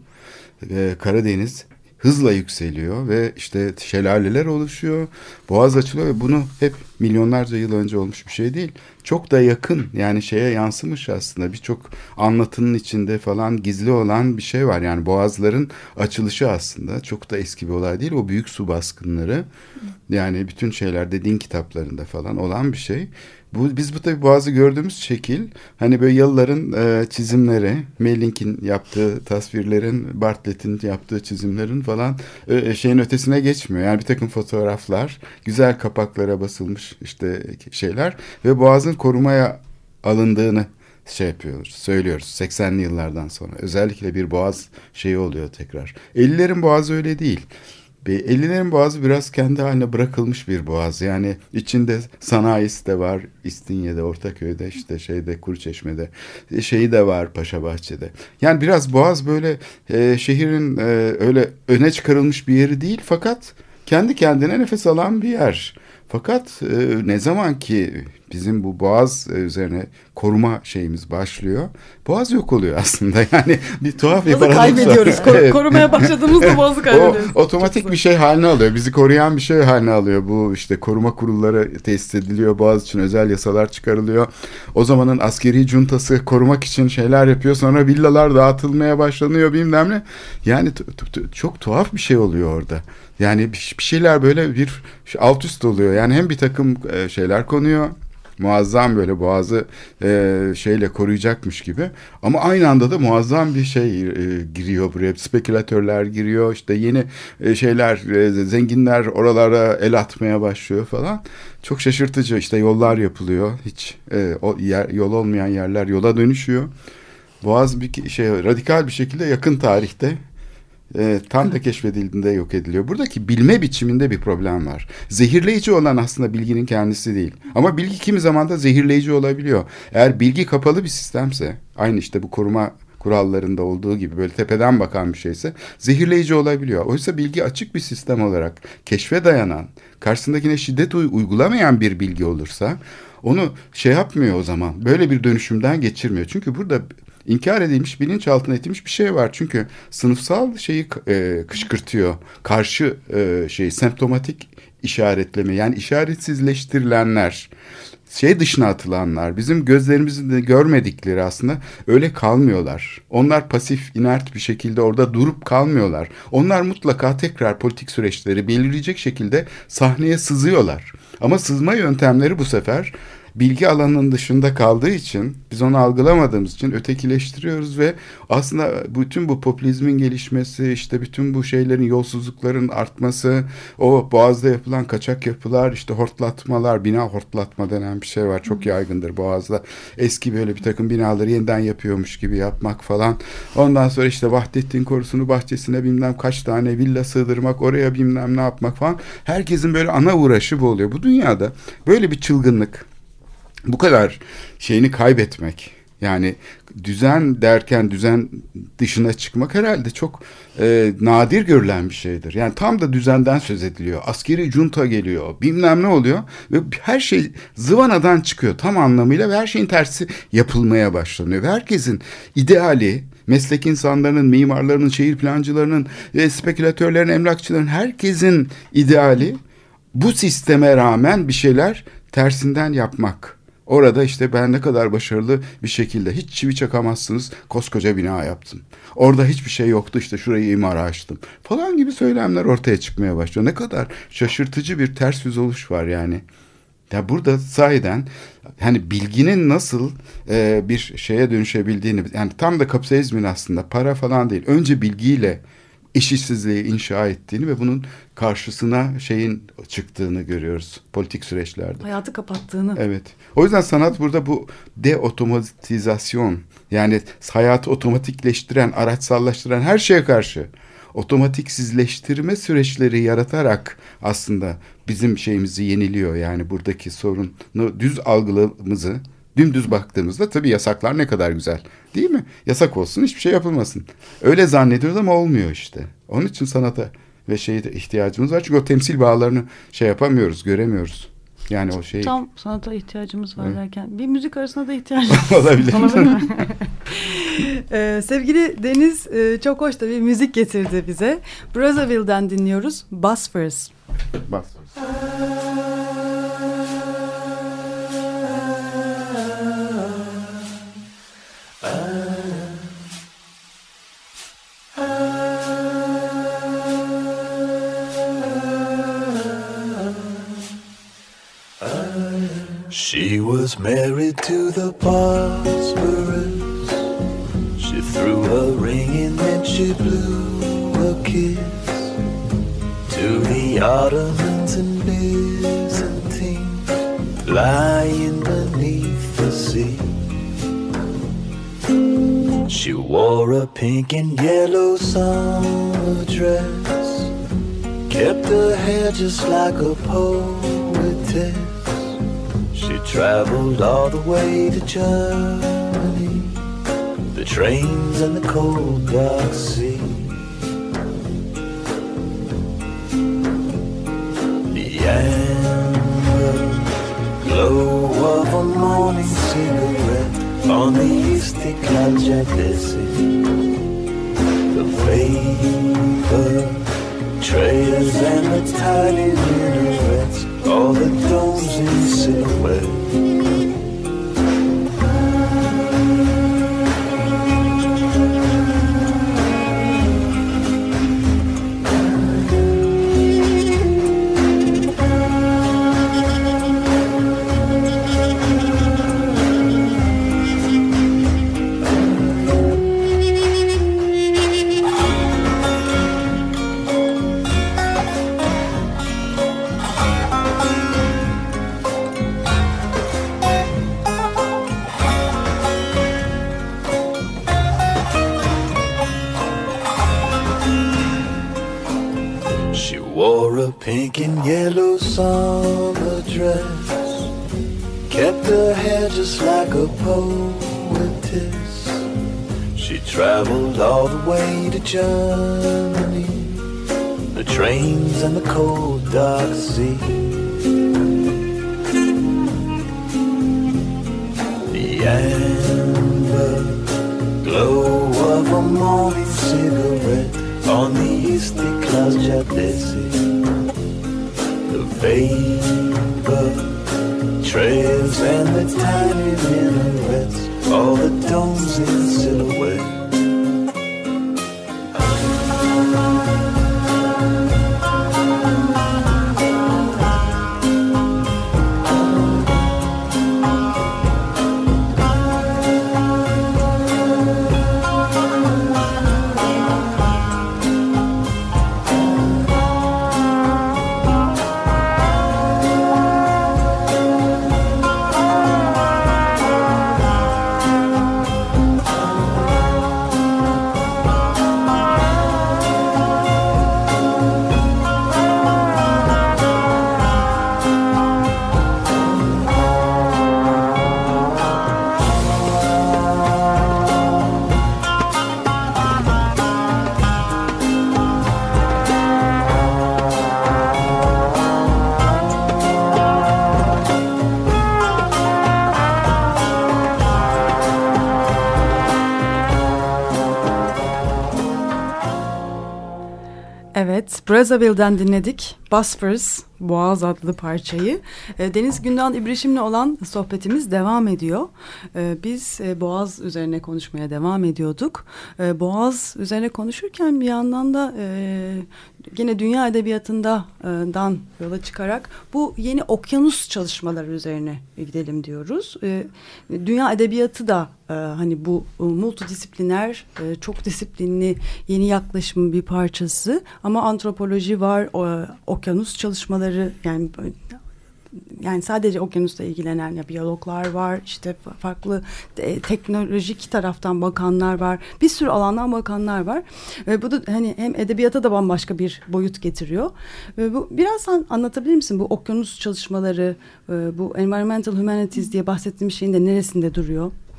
e, Karadeniz hızla yükseliyor ve işte şelaleler oluşuyor, boğaz açılıyor ve bunu hep milyonlarca yıl önce olmuş bir şey değil. Çok da yakın, yani şeye yansımış aslında, birçok anlatının içinde falan gizli olan bir şey var. Yani boğazların açılışı aslında çok da eski bir olay değil. O büyük su baskınları, yani bütün şeylerde, din kitaplarında falan olan bir şey. Bu, biz bu tabii Boğaz'ı gördüğümüz şekil, hani böyle Yalıların e, çizimleri, Mellink'in yaptığı tasvirlerin, Bartlett'in yaptığı çizimlerin falan e, şeyin ötesine geçmiyor. Yani bir takım fotoğraflar, güzel kapaklara basılmış işte şeyler ve Boğaz'ın korumaya alındığını şey yapıyoruz, söylüyoruz seksenli yıllardan sonra. Özellikle bir Boğaz şeyi oluyor tekrar. ellilerin Boğazı öyle değil. ellilerin Boğazı biraz kendi haline bırakılmış bir boğaz. Yani içinde sanayisi de var. İstinye'de, Ortaköy'de, işte şeyde, Kuruçeşme'de, şeyi de var, Paşabahçe'de. Yani biraz boğaz böyle e, şehrin e, öyle öne çıkarılmış bir yeri değil, fakat kendi kendine nefes alan bir yer. Fakat e, ne zaman ki bizim bu boğaz üzerine koruma şeyimiz başlıyor, boğaz yok oluyor aslında. Yani bir tuhaf bir paradoks kaybediyoruz. Kor- evet. Korumaya başladığımızda boğazı kaybediyoruz. O otomatik bir şey haline alıyor. Bizi koruyan bir şey haline alıyor. Bu işte koruma kurulları tesis ediliyor. Boğaz için özel yasalar çıkarılıyor. O zamanın askeri cuntası korumak için şeyler yapıyor. Sonra villalar dağıtılmaya başlanıyor, bilmem ne. Yani t- t- çok tuhaf bir şey oluyor orada. Yani bir şeyler böyle bir alt üst oluyor. Yani hem bir takım şeyler konuyor, muazzam böyle boğazı e, şeyle koruyacakmış gibi, ama aynı anda da muazzam bir şey e, giriyor buraya. Spekülatörler giriyor, işte yeni e, şeyler, e, zenginler oralara el atmaya başlıyor falan. Çok şaşırtıcı. İşte yollar yapılıyor, hiç e, o yer, yol olmayan yerler yola dönüşüyor. Boğaz bir şey radikal bir şekilde yakın tarihte E, tam da keşfedildiğinde yok ediliyor. Buradaki bilme biçiminde bir problem var. Zehirleyici olan aslında bilginin kendisi değil. Ama bilgi kimi zaman da zehirleyici olabiliyor. Eğer bilgi kapalı bir sistemse, aynı işte bu koruma kurallarında olduğu gibi böyle tepeden bakan bir şeyse, zehirleyici olabiliyor. Oysa bilgi açık bir sistem olarak keşfe dayanan, karşısındakine şiddet uygulamayan bir bilgi olursa, onu şey yapmıyor o zaman. Böyle bir dönüşümden geçirmiyor. Çünkü burada İnkar edilmiş, bilinçaltına itilmiş bir şey var. Çünkü sınıfsal şeyi e, kışkırtıyor. Karşı e, şey, semptomatik işaretleme, yani işaretsizleştirilenler, şey dışına atılanlar, bizim gözlerimizin de görmedikleri aslında öyle kalmıyorlar. Onlar pasif, inert bir şekilde orada durup kalmıyorlar. Onlar mutlaka tekrar politik süreçleri belirleyecek şekilde sahneye sızıyorlar. Ama sızma yöntemleri bu sefer bilgi alanının dışında kaldığı için, biz onu algılamadığımız için ötekileştiriyoruz ve aslında bütün bu popülizmin gelişmesi, işte bütün bu şeylerin, yolsuzlukların artması, o Boğaz'da yapılan kaçak yapılar, işte hortlatmalar, bina hortlatma denen bir şey var, çok yaygındır Boğaz'da. Eski böyle bir takım binaları yeniden yapıyormuş gibi yapmak falan. Ondan sonra işte Vahdettin Korusu'nu bahçesine bilmem kaç tane villa sığdırmak, oraya bilmem ne yapmak falan. Herkesin böyle ana uğraşı bu oluyor. Bu dünyada böyle bir çılgınlık, bu kadar şeyini kaybetmek, yani düzen derken düzen dışına çıkmak herhalde çok e, nadir görülen bir şeydir. Yani tam da düzenden söz ediliyor. Askeri junta geliyor, bilmem ne oluyor ve her şey zıvanadan çıkıyor tam anlamıyla ve her şeyin tersi yapılmaya başlanıyor. Ve herkesin ideali, meslek insanlarının, mimarlarının, şehir plancılarının, e, spekülatörlerin, emlakçıların, herkesin ideali bu sisteme rağmen bir şeyler tersinden yapmak. Orada işte ben ne kadar başarılı bir şekilde, hiç çivi çakamazsınız, koskoca bina yaptım. Orada hiçbir şey yoktu, işte şurayı imara açtım falan gibi söylemler ortaya çıkmaya başlıyor. Ne kadar şaşırtıcı bir ters yüz oluş var yani. Ya burada sahiden hani bilginin nasıl e, bir şeye dönüşebildiğini, yani tam da kapitalizmin aslında para falan değil, önce bilgiyle eşitsizliği inşa ettiğini ve bunun karşısına şeyin çıktığını görüyoruz politik süreçlerde. Hayatı kapattığını. Evet. O yüzden sanat burada bu deotomatizasyon, yani hayatı otomatikleştiren, araçsallaştıran her şeye karşı otomatiksizleştirme süreçleri yaratarak aslında bizim şeyimizi yeniliyor. Yani buradaki sorunu, düz algılamızı dümdüz baktığımızda tabii yasaklar ne kadar güzel, değil mi? Yasak olsun, hiçbir şey yapılmasın. Öyle zannediyoruz ama olmuyor işte. Onun için sanata ve şeye de ihtiyacımız var. Çünkü o temsil bağlarını şey yapamıyoruz, göremiyoruz. Yani o şey tam sanata ihtiyacımız var evet. derken bir müzik arasına da ihtiyacımız olabilir. Olabilir mi? ee, sevgili Deniz e, çok hoş da bir müzik getirdi bize. Brazzaville'den dinliyoruz. Buzzfers. Buzzfers. She was married to the Bosphorus. She threw a ring and then she blew a kiss to the Ottomans and Byzantines lying beneath the sea. She wore a pink and yellow summer dress, kept her hair just like a poetess. She traveled all the way to Germany, the trains and the cold dark sea. The amber glow of a morning cigarette on the Istiklal Caddesi, the vapor trails and the tiny minarets, all the domes in silhouette. Pink and yellow summer dress, kept her hair just like a poetess. She traveled all the way to Germany, the trains and the cold dark sea. The amber glow of a morning cigarette on the Istiklal Caddesi, vapor trails and the tiny minarets, all the domes in silhouette. Evet, Brazzaville'den dinledik. Buzzfers, Boğaz adlı parçayı. E, Deniz Gündoğan İbrişim'le olan sohbetimiz devam ediyor. E, biz e, Boğaz üzerine konuşmaya devam ediyorduk. E, Boğaz üzerine konuşurken bir yandan da e, gene dünya edebiyatından yola çıkarak bu yeni okyanus çalışmaları üzerine gidelim diyoruz. E, dünya edebiyatı da e, hani bu e, multidisipliner, e, çok disiplinli yeni yaklaşımın bir parçası. Ama antropoloji var, o, okyanus çalışmaları, yani yani sadece okyanusla ilgilenen ya biyologlar var, işte farklı e, teknolojik taraftan bakanlar var, bir sürü alandan bakanlar var. E, bu da hani hem edebiyata da bambaşka bir boyut getiriyor. E, bu biraz sen anlatabilir misin bu okyanus çalışmaları, e, bu environmental humanities diye bahsettiğim şeyin de neresinde duruyor?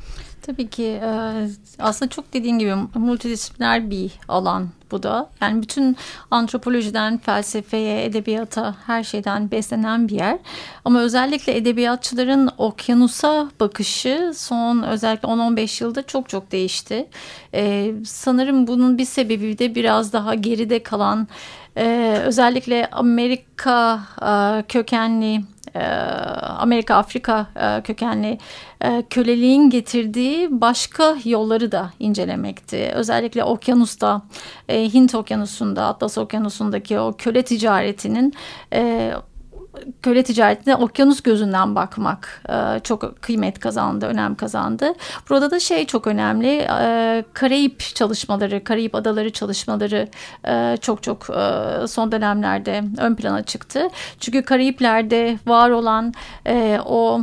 Tabii ki aslında çok dediğin gibi multidisipliner bir alan bu da. Yani bütün antropolojiden felsefeye, edebiyata, her şeyden beslenen bir yer. Ama özellikle edebiyatçıların okyanusa bakışı son özellikle on on beş yılda çok çok değişti. Ee, sanırım bunun bir sebebi de biraz daha geride kalan Ee, özellikle Amerika e, kökenli, e, Amerika-Afrika e, kökenli e, köleliğin getirdiği başka yolları da incelemekti. Özellikle okyanusta, e, Hint okyanusunda, Atlas okyanusundaki o köle ticaretinin e, köle ticaretine okyanus gözünden bakmak e, çok kıymet kazandı, önem kazandı. Burada da şey çok önemli, e, Karayip çalışmaları, Karayip adaları çalışmaları e, çok çok e, son dönemlerde ön plana çıktı. Çünkü Karayipler'de var olan e, o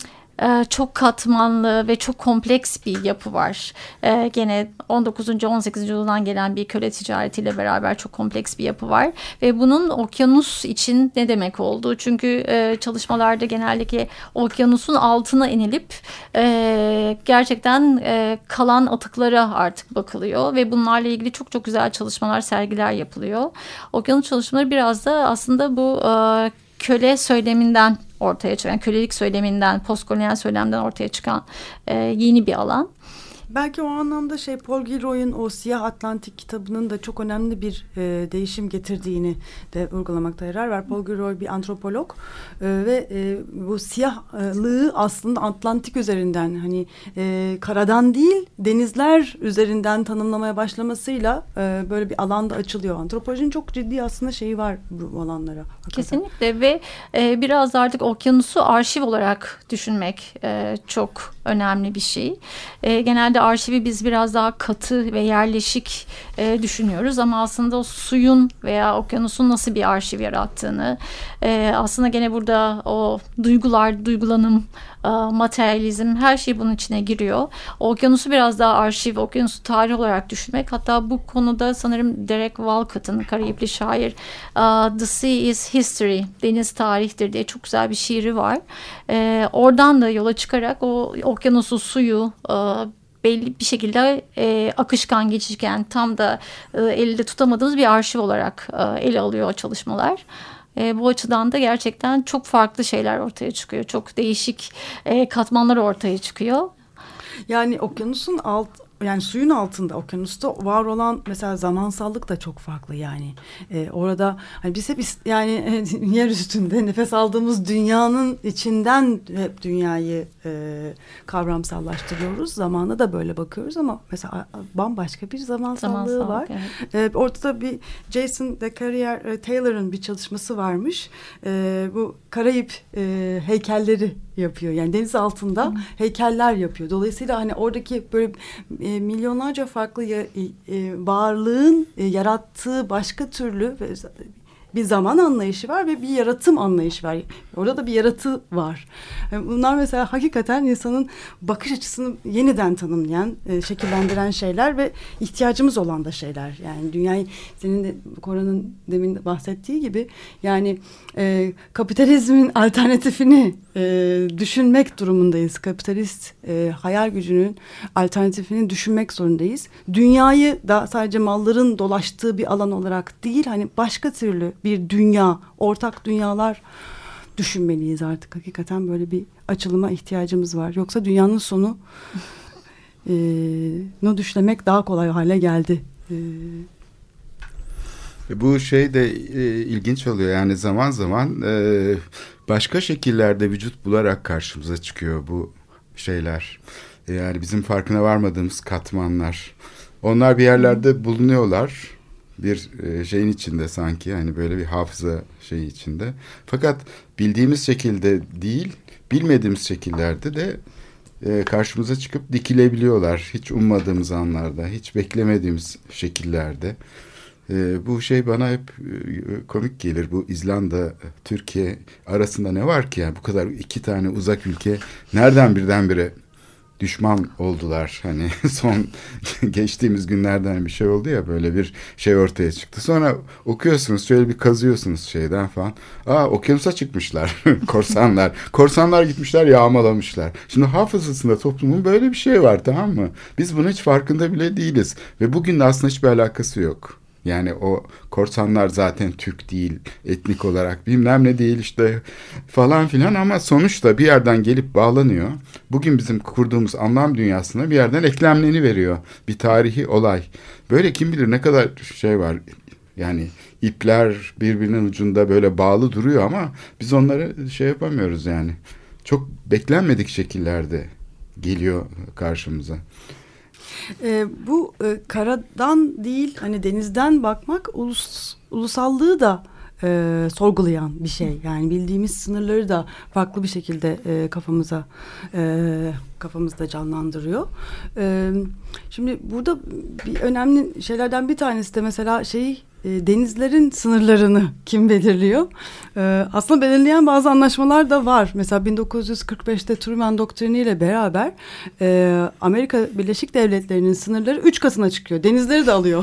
çok katmanlı ve çok kompleks bir yapı var. Ee, gene on dokuzuncu on sekizinci yüzyıldan gelen bir köle ticaretiyle beraber çok kompleks bir yapı var. Ve bunun okyanus için ne demek olduğu. Çünkü e, çalışmalarda genellikle okyanusun altına inilip e, gerçekten e, kalan atıklara artık bakılıyor. Ve bunlarla ilgili çok çok güzel çalışmalar, sergiler yapılıyor. Okyanus çalışmaları biraz da aslında bu e, köle söyleminden ortaya çıkan, yani kölelik söyleminden, postkolonyal söylemden ortaya çıkan e, yeni bir alan. Belki o anlamda şey Paul Gilroy'un o Siyah Atlantik kitabının da çok önemli bir e, değişim getirdiğini de vurgulamakta yarar var. Paul Gilroy bir antropolog e, ve e, bu siyahlığı aslında Atlantik üzerinden hani e, karadan değil denizler üzerinden tanımlamaya başlamasıyla e, böyle bir alanda açılıyor. Antropolojinin çok ciddi aslında şeyi var bu alanlara. Hakikaten. Kesinlikle ve e, biraz da artık okyanusu arşiv olarak düşünmek e, çok önemli bir şey. E, genelde arşivi biz biraz daha katı ve yerleşik e, düşünüyoruz ama aslında o suyun veya okyanusun nasıl bir arşiv yarattığını e, aslında gene burada o duygular, duygulanım, e, materyalizm her şey bunun içine giriyor. O okyanusu biraz daha arşiv, okyanusu tarih olarak düşünmek, hatta bu konuda sanırım Derek Walcott'ın, Karayipli şair, uh, The Sea is History, deniz tarihtir diye çok güzel bir şiiri var. E, oradan da yola çıkarak o okyanusu, suyu uh, belli bir şekilde e, akışkan, geçişken, tam da e, elde tutamadığımız bir arşiv olarak e, ele alıyor o çalışmalar. E, bu açıdan da gerçekten çok farklı şeyler ortaya çıkıyor. Çok değişik e, katmanlar ortaya çıkıyor. Yani okyanusun alt yani suyun altında, okyanusta var olan mesela zamansallık da çok farklı yani. Ee, orada hani biz hep yani yer üstünde nefes aldığımız dünyanın içinden hep dünyayı e, kavramsallaştırıyoruz. Zamana da böyle bakıyoruz ama mesela bambaşka bir zamansallığı Zamansallık, var. Evet. Ee, ortada bir Jason de Carrier e, Taylor'ın bir çalışması varmış. E, bu Karayip e, heykelleri yapıyor. Yani deniz altında hmm. heykeller yapıyor. Dolayısıyla hani oradaki böyle e, milyonlarca farklı ya, e, varlığın e, yarattığı başka türlü bir zaman anlayışı var ve bir yaratım anlayışı var. Orada da bir yaratı var. Yani bunlar mesela hakikaten insanın bakış açısını yeniden tanımlayan, e, şekillendiren şeyler ve ihtiyacımız olan da şeyler. Yani dünyayı, senin de Korhan'ın demin bahsettiği gibi yani e, kapitalizmin alternatifini e, düşünmek durumundayız. Kapitalist e, hayal gücünün alternatifini düşünmek zorundayız. Dünyayı da sadece malların dolaştığı bir alan olarak değil, hani başka türlü bir dünya, ortak dünyalar düşünmeliyiz artık. Hakikaten böyle bir açılıma ihtiyacımız var. Yoksa dünyanın sonu e, nu düşlemek daha kolay hale geldi. E, Bu şey de e, ilginç oluyor. Yani zaman zaman e, başka şekillerde vücut bularak karşımıza çıkıyor bu şeyler. E, yani bizim farkına varmadığımız katmanlar. Onlar bir yerlerde bulunuyorlar. Bir e, şeyin içinde sanki, hani böyle bir hafıza şeyi içinde. Fakat bildiğimiz şekilde değil, bilmediğimiz şekillerde de e, karşımıza çıkıp dikilebiliyorlar. Hiç ummadığımız anlarda, hiç beklemediğimiz şekillerde. E, bu şey bana hep e, komik gelir. Bu İzlanda, Türkiye arasında ne var ki? Yani bu kadar iki tane uzak ülke nereden birdenbire düşman oldular. Hani son geçtiğimiz günlerden bir şey oldu ya, böyle bir şey ortaya çıktı. Sonra okuyorsunuz, şöyle bir kazıyorsunuz şeyden falan. Aa, okyanusa çıkmışlar korsanlar. Korsanlar gitmişler, yağmalamışlar. Şimdi hafızasında toplumun böyle bir şey var, tamam mı? Biz bunun hiç farkında bile değiliz. Ve bugün de aslında hiçbir alakası yok. Yani o korsanlar zaten Türk değil, etnik olarak bilmem ne değil işte falan filan, ama sonuçta bir yerden gelip bağlanıyor. Bugün bizim kurduğumuz anlam dünyasına bir yerden eklemleni veriyor. Bir tarihi olay. Böyle kim bilir ne kadar şey var. Yani ipler birbirinin ucunda böyle bağlı duruyor ama biz onları şey yapamıyoruz yani. Çok beklenmedik şekillerde geliyor karşımıza. E, bu e, karadan değil, hani denizden bakmak ulus, ulusallığı da e, sorgulayan bir şey. Yani bildiğimiz sınırları da farklı bir şekilde e, kafamıza e, kafamızda canlandırıyor. E, şimdi burada bir önemli şeylerden bir tanesi de mesela şey, e, denizlerin sınırlarını kim belirliyor? E, aslında belirleyen bazı anlaşmalar da var. Mesela bin dokuz yüz kırk beşte Truman Doktrini ile beraber e, Amerika Birleşik Devletleri'nin sınırları üç katına çıkıyor. Denizleri de alıyor.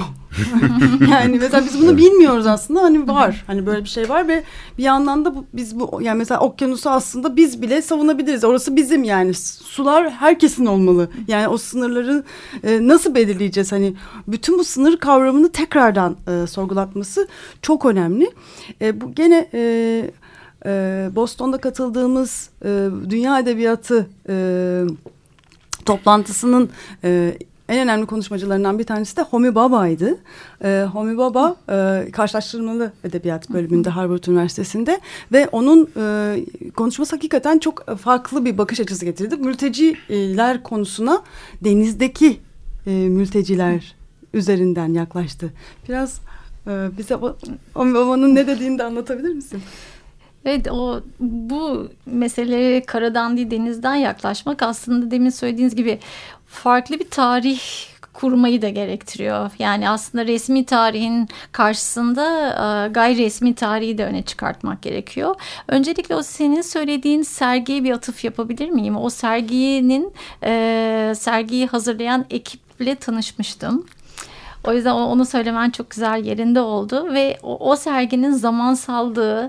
Yani mesela biz bunu bilmiyoruz aslında, hani var. Hani böyle bir şey var ve bir yandan da bu, biz bu, yani mesela okyanusu aslında biz bile savunabiliriz. Orası bizim, yani sular herkesin olmalı. Yani o sınırları e, nasıl belirleyeceğiz? Hani bütün bu sınır kavramını tekrardan e, sorgulatması çok önemli. E, bu gene e, e, Boston'da katıldığımız e, Dünya Edebiyatı e, toplantısının e, en önemli konuşmacılarından bir tanesi de Homi Bhabha'ydı. E, Homi Bhabha e, karşılaştırmalı edebiyat bölümünde Harvard Üniversitesi'nde ve onun e, konuşması hakikaten çok farklı bir bakış açısı getirdi. Mülteciler konusuna denizdeki e, mülteciler üzerinden yaklaştı. Biraz e, bize Homi Bhabha'nın ne dediğini de anlatabilir misin? Evet, o bu meseleye karadan değil denizden yaklaşmak aslında demin söylediğiniz gibi farklı bir tarih kurmayı da gerektiriyor. Yani aslında resmi tarihin karşısında gayri resmi tarihi de öne çıkartmak gerekiyor. Öncelikle o senin söylediğin sergiye bir atıf yapabilir miyim? O serginin e, sergiyi hazırlayan ekiple tanışmıştım. O yüzden onu söylemen çok güzel yerinde oldu ve o, o serginin zamansallığı,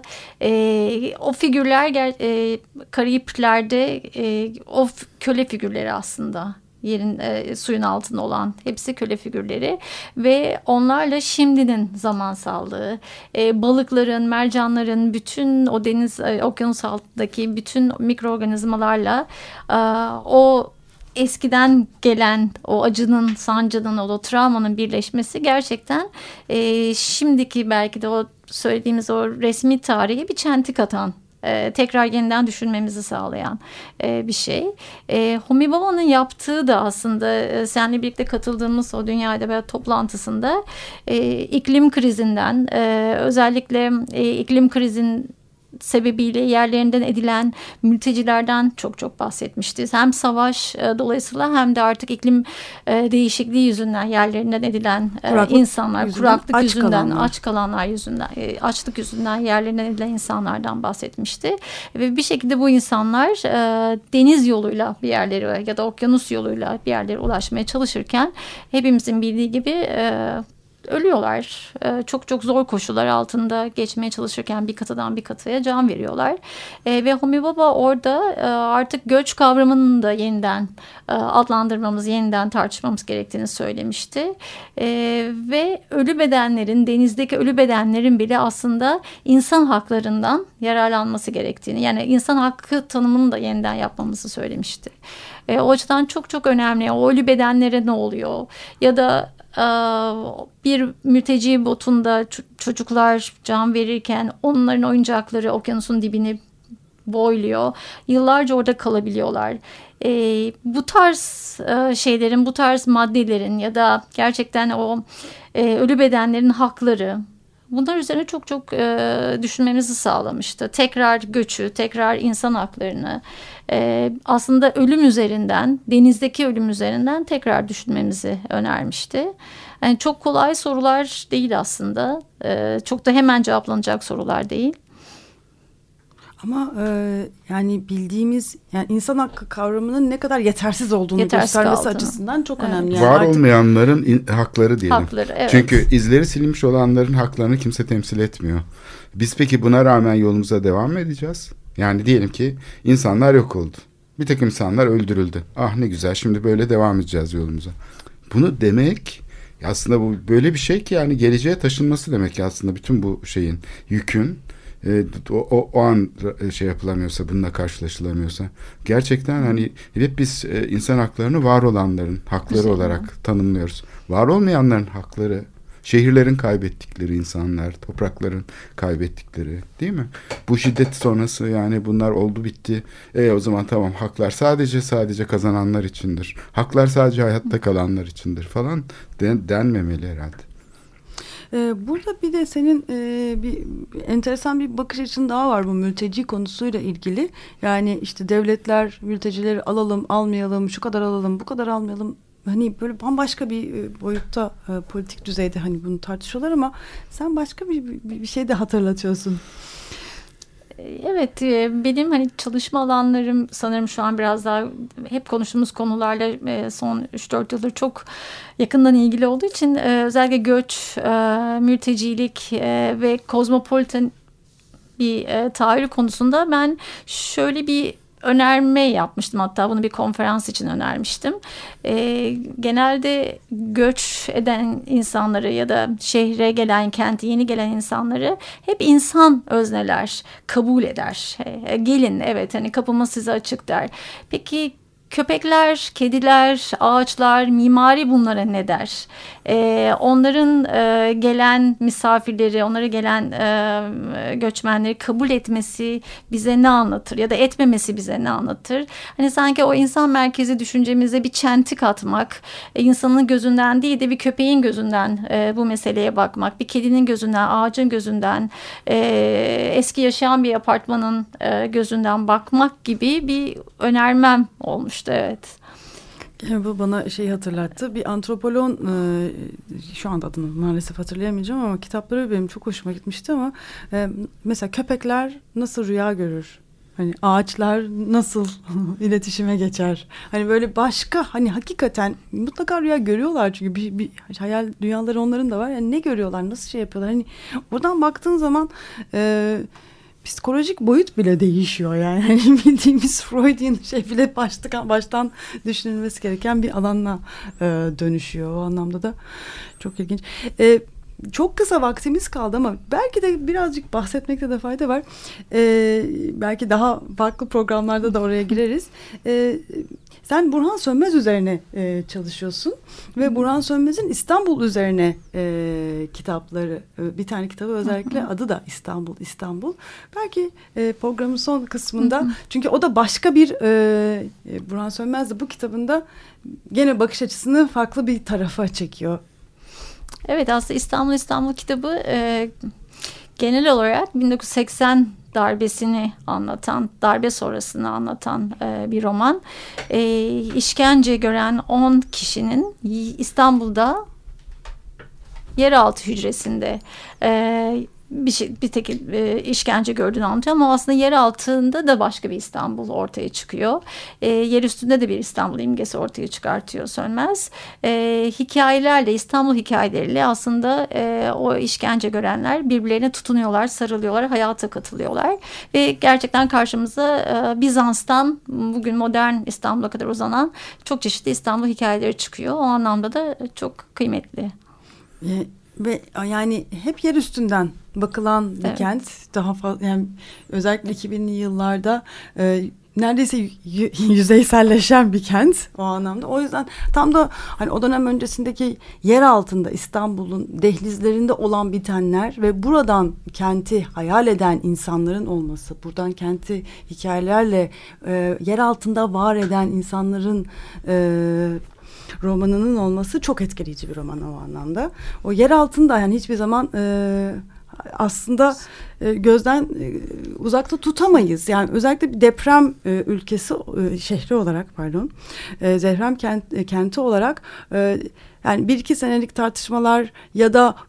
e, o figürler e, Karayipler'de e, o köle figürleri aslında. Yerin e, suyun altında olan hepsi köle figürleri ve onlarla şimdinin zamansallığı, e, balıkların, mercanların, bütün o deniz, e, okyanus altındaki bütün mikroorganizmalarla e, o eskiden gelen o acının, sancının, o travmanın birleşmesi gerçekten e, şimdiki belki de o söylediğimiz o resmi tarihe bir çentik atan, e, tekrar yeniden düşünmemizi sağlayan e, bir şey. E, Homi Bhabha'nın yaptığı da aslında e, seninle birlikte katıldığımız o Dünya Edebiyat toplantısında e, iklim krizinden, e, özellikle e, iklim krizin sebebiyle yerlerinden edilen mültecilerden çok çok bahsetmişti. Hem savaş e, dolayısıyla hem de artık iklim e, değişikliği yüzünden yerlerinden edilen e, kuraklık insanlar, yüzünden, kuraklık aç yüzünden, kalanlar. aç kalanlar yüzünden, e, açlık yüzünden yerlerinden edilen insanlardan bahsetmişti. Ve bir şekilde bu insanlar e, deniz yoluyla bir yerlere ya da okyanus yoluyla bir yerlere ulaşmaya çalışırken hepimizin bildiği gibi e, ölüyorlar. Ee, çok çok zor koşullar altında geçmeye çalışırken bir kıtadan bir kıtaya can veriyorlar. Ee, ve Homi Bhabha orada e, artık göç kavramını da yeniden e, adlandırmamız, yeniden tartışmamız gerektiğini söylemişti. E, ve ölü bedenlerin, denizdeki ölü bedenlerin bile aslında insan haklarından yararlanması gerektiğini, yani insan hakkı tanımını da yeniden yapmamızı söylemişti. E, o açıdan çok çok önemli. O ölü bedenlere ne oluyor? Ya da bir mülteci botunda çocuklar can verirken onların oyuncakları okyanusun dibini boyluyor. Yıllarca orada kalabiliyorlar. E, bu tarz e, şeylerin, bu tarz maddelerin ya da gerçekten o e, ölü bedenlerin hakları, bunlar üzerine çok çok e, düşünmemizi sağlamıştı. Tekrar göçü, tekrar insan haklarını, e, aslında ölüm üzerinden, denizdeki ölüm üzerinden tekrar düşünmemizi önermişti. Yani çok kolay sorular değil aslında. E, çok da hemen cevaplanacak sorular değil. Ama e, yani bildiğimiz yani insan hakkı kavramının ne kadar yetersiz olduğunu Yetersiz göstermesi kaldığını. açısından çok Evet. önemli. Yani Var artık, olmayanların in, hakları diyelim. Hakları, evet. Çünkü izleri silinmiş olanların haklarını kimse temsil etmiyor. Biz peki buna rağmen yolumuza devam mı edeceğiz? Yani diyelim ki insanlar yok oldu. Bir takım insanlar öldürüldü. Ah ne güzel, şimdi böyle devam edeceğiz yolumuza. Bunu demek aslında bu böyle bir şey ki yani geleceğe taşınması demek ki aslında bütün bu şeyin, yükün e, o, o, o an şey yapılamıyorsa, bununla karşılaşılamıyorsa gerçekten hani hep biz e, insan haklarını var olanların hakları Güzel. olarak tanımlıyoruz. Var olmayanların hakları, şehirlerin kaybettikleri insanlar, toprakların kaybettikleri, değil mi? Bu şiddet sonrası yani bunlar oldu bitti. E o zaman tamam, haklar sadece sadece kazananlar içindir. Haklar sadece hayatta kalanlar içindir falan den, denmemeli herhalde. Burada bir de senin e, bir enteresan bir bakış açın daha var bu mülteci konusuyla ilgili. Yani işte devletler mültecileri alalım, almayalım, şu kadar alalım, bu kadar almayalım. Hani böyle bambaşka bir boyutta e, politik düzeyde hani bunu tartışıyorlar ama sen başka bir, bir, bir şey de hatırlatıyorsun. Evet, benim hani çalışma alanlarım sanırım şu an biraz daha hep konuştuğumuz konularla son üç dört yıldır çok yakından ilgili olduğu için özellikle göç, mültecilik ve kozmopolitan bir tahayyül konusunda ben şöyle bir önerme yapmıştım, hatta bunu bir konferans için önermiştim. E, genelde göç eden insanları ya da şehre gelen, kente yeni gelen insanları hep insan özneler kabul eder. E, gelin, evet, hani kapımız size açık der. Peki köpekler, kediler, ağaçlar, mimari bunlara ne der? Ee, onların e, gelen misafirleri, onlara gelen e, göçmenleri kabul etmesi bize ne anlatır? Ya da etmemesi bize ne anlatır? Hani sanki o insan merkezi düşüncemize bir çentik atmak, e, insanın gözünden değil de bir köpeğin gözünden e, bu meseleye bakmak, bir kedinin gözünden, ağacın gözünden, e, eski yaşayan bir apartmanın e, gözünden bakmak gibi bir önermem olmuş. Evet. Yani bu bana şey hatırlattı. Bir antropoloğun e, şu anda adını maalesef hatırlayamayacağım ama kitapları benim çok hoşuma gitmişti ama e, mesela köpekler nasıl rüya görür? Hani ağaçlar nasıl iletişime geçer? Hani böyle başka hani hakikaten mutlaka rüya görüyorlar çünkü bir, bir hayal dünyaları onların da var. Yani ne görüyorlar? Nasıl şey yapıyorlar? Hani oradan baktığın zaman e, psikolojik boyut bile değişiyor yani. Hani bildiğimiz Freudian şey bile baştan, baştan düşünülmesi gereken bir alanla e, dönüşüyor. O anlamda da çok ilginç. E, çok kısa vaktimiz kaldı ama belki de birazcık bahsetmekte de fayda var. E, belki daha farklı programlarda da oraya gireriz. E, sen Burhan Sönmez üzerine e, çalışıyorsun ve Burhan Sönmez'in İstanbul üzerine e, kitapları, e, bir tane kitabı özellikle adı da İstanbul, İstanbul. Belki e, programın son kısmında, çünkü o da başka bir e, Burhan Sönmez de bu kitabında gene bakış açısını farklı bir tarafa çekiyor. Evet, aslında İstanbul İstanbul kitabı e, genel olarak bin dokuz yüz seksen darbesini anlatan, darbe sonrasını anlatan e, bir roman. E, işkence gören on kişinin İstanbul'da yeraltı hücresinde e, bir şey, bir tek e, işkence gördüğünü anlatıyor ama aslında yer altında da başka bir İstanbul ortaya çıkıyor. E, yer üstünde de bir İstanbul imgesi ortaya çıkartıyor Sönmez. E, hikayelerle, İstanbul hikayeleriyle aslında e, o işkence görenler birbirlerine tutunuyorlar, sarılıyorlar, hayata katılıyorlar ve gerçekten karşımıza e, Bizans'tan bugün modern İstanbul'a kadar uzanan çok çeşitli İstanbul hikayeleri çıkıyor. O anlamda da çok kıymetli. E, ve yani hep yer üstünden bakılan bir evet. kent, daha fazla yani özellikle iki binli yıllarda e, neredeyse y- yüzeyselleşen bir kent o anlamda. O yüzden tam da hani o dönem öncesindeki yer altında İstanbul'un dehlizlerinde olan bitenler ve buradan kenti hayal eden insanların olması, buradan kenti hikayelerle e, yer altında var eden insanların e, romanının olması çok etkileyici bir roman o anlamda. O yer altında yani hiçbir zaman e, aslında e, gözden e, uzakta tutamayız. Yani özellikle bir deprem e, ülkesi, e, şehri olarak pardon, e, deprem kent, e, kenti olarak e, yani bir iki senelik tartışmalar ya da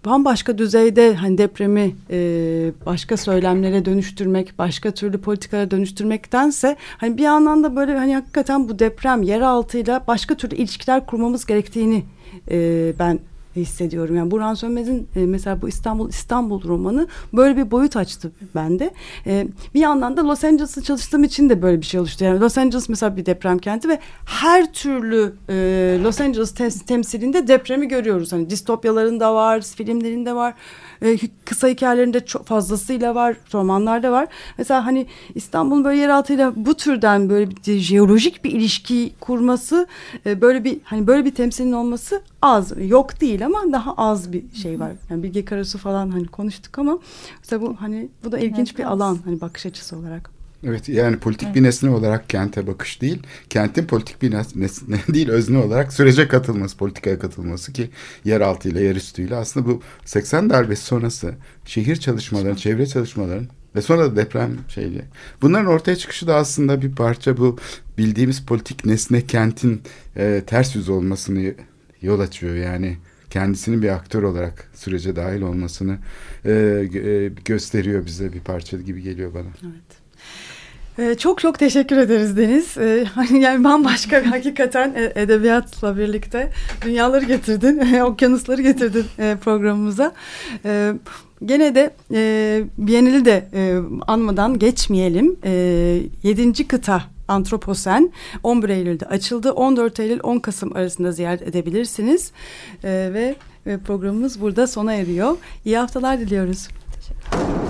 bambaşka düzeyde hani depremi e, başka söylemlere dönüştürmek, başka türlü politikalara dönüştürmektense hani bir yandan da böyle hani hakikaten bu deprem yeraltıyla başka türlü ilişkiler kurmamız gerektiğini e, ben hissediyorum. Yani Burhan Sönmez'in e, mesela bu İstanbul İstanbul romanı böyle bir boyut açtı bende. E, bir yandan da Los Angeles'ta çalıştığım için de böyle bir şey oluştu. Yani Los Angeles mesela bir deprem kenti ve her türlü e, Los Angeles tem- temsilinde depremi görüyoruz. Hani distopyalarında var, filmlerinde var. E, kısa hikayelerinde çok fazlasıyla var, romanlarda var. Mesela hani İstanbul'un böyle yeraltıyla bu türden böyle bir jeolojik bir ilişki kurması, e, böyle bir hani böyle bir temsilin olması az, yok değil ama daha az bir şey var. Yani Bilge Karasu falan hani konuştuk ama mesela bu hani bu da ilginç evet, bir az. alan hani bakış açısı olarak. Evet, yani politik evet. bir nesne olarak kente bakış değil, kentin politik bir nesne değil, özne olarak sürece katılması, politikaya katılması ki yeraltıyla, yerüstüyle aslında bu seksen darbesi sonrası şehir çalışmaları, çevre çalışmaların ve sonra da deprem şeyli. Bunların ortaya çıkışı da aslında bir parça bu bildiğimiz politik nesne kentin e, ters yüz olmasını yol açıyor. Yani kendisinin bir aktör olarak sürece dahil olmasını e, e, gösteriyor bize, bir parça gibi geliyor bana. Evet. Ee, çok çok teşekkür ederiz Deniz. Ee, yani bambaşka hakikaten edebiyatla birlikte dünyaları getirdin, okyanusları getirdin e, programımıza. Ee, gene de e, Bienali de e, anmadan geçmeyelim. E, yedinci kıta Antroposen on bir Eylül'de açıldı. on dört Eylül on Kasım arasında ziyaret edebilirsiniz. E, ve e, programımız burada sona eriyor. İyi haftalar diliyoruz. Teşekkür ederim.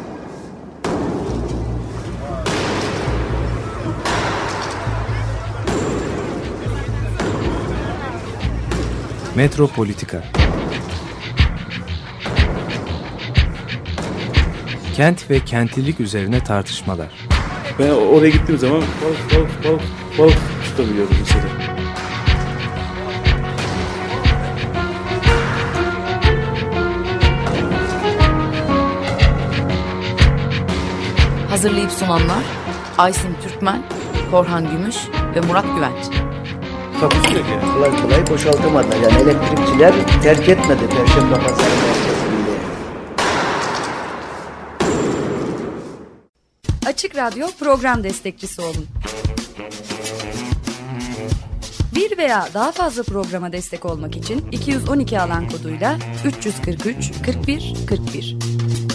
Metropolitika. Kent ve kentlilik üzerine tartışmalar. Ben oraya gittiğim zaman balık balık balık balık tutabiliyorum mesela. Hazırlayıp sunanlar Aysin Türkmen, Korhan Gümüş ve Murat Güvenç. Takusuyor ki. Kolay kolay boşaltamadılar. Yani elektrikçiler terk etmedi Perşembe Pazarı merkezinde. Açık Radyo program destekçisi olun. Bir veya daha fazla programa destek olmak için iki yüz on iki alan koduyla üç yüz kırk üç kırk bir kırk bir.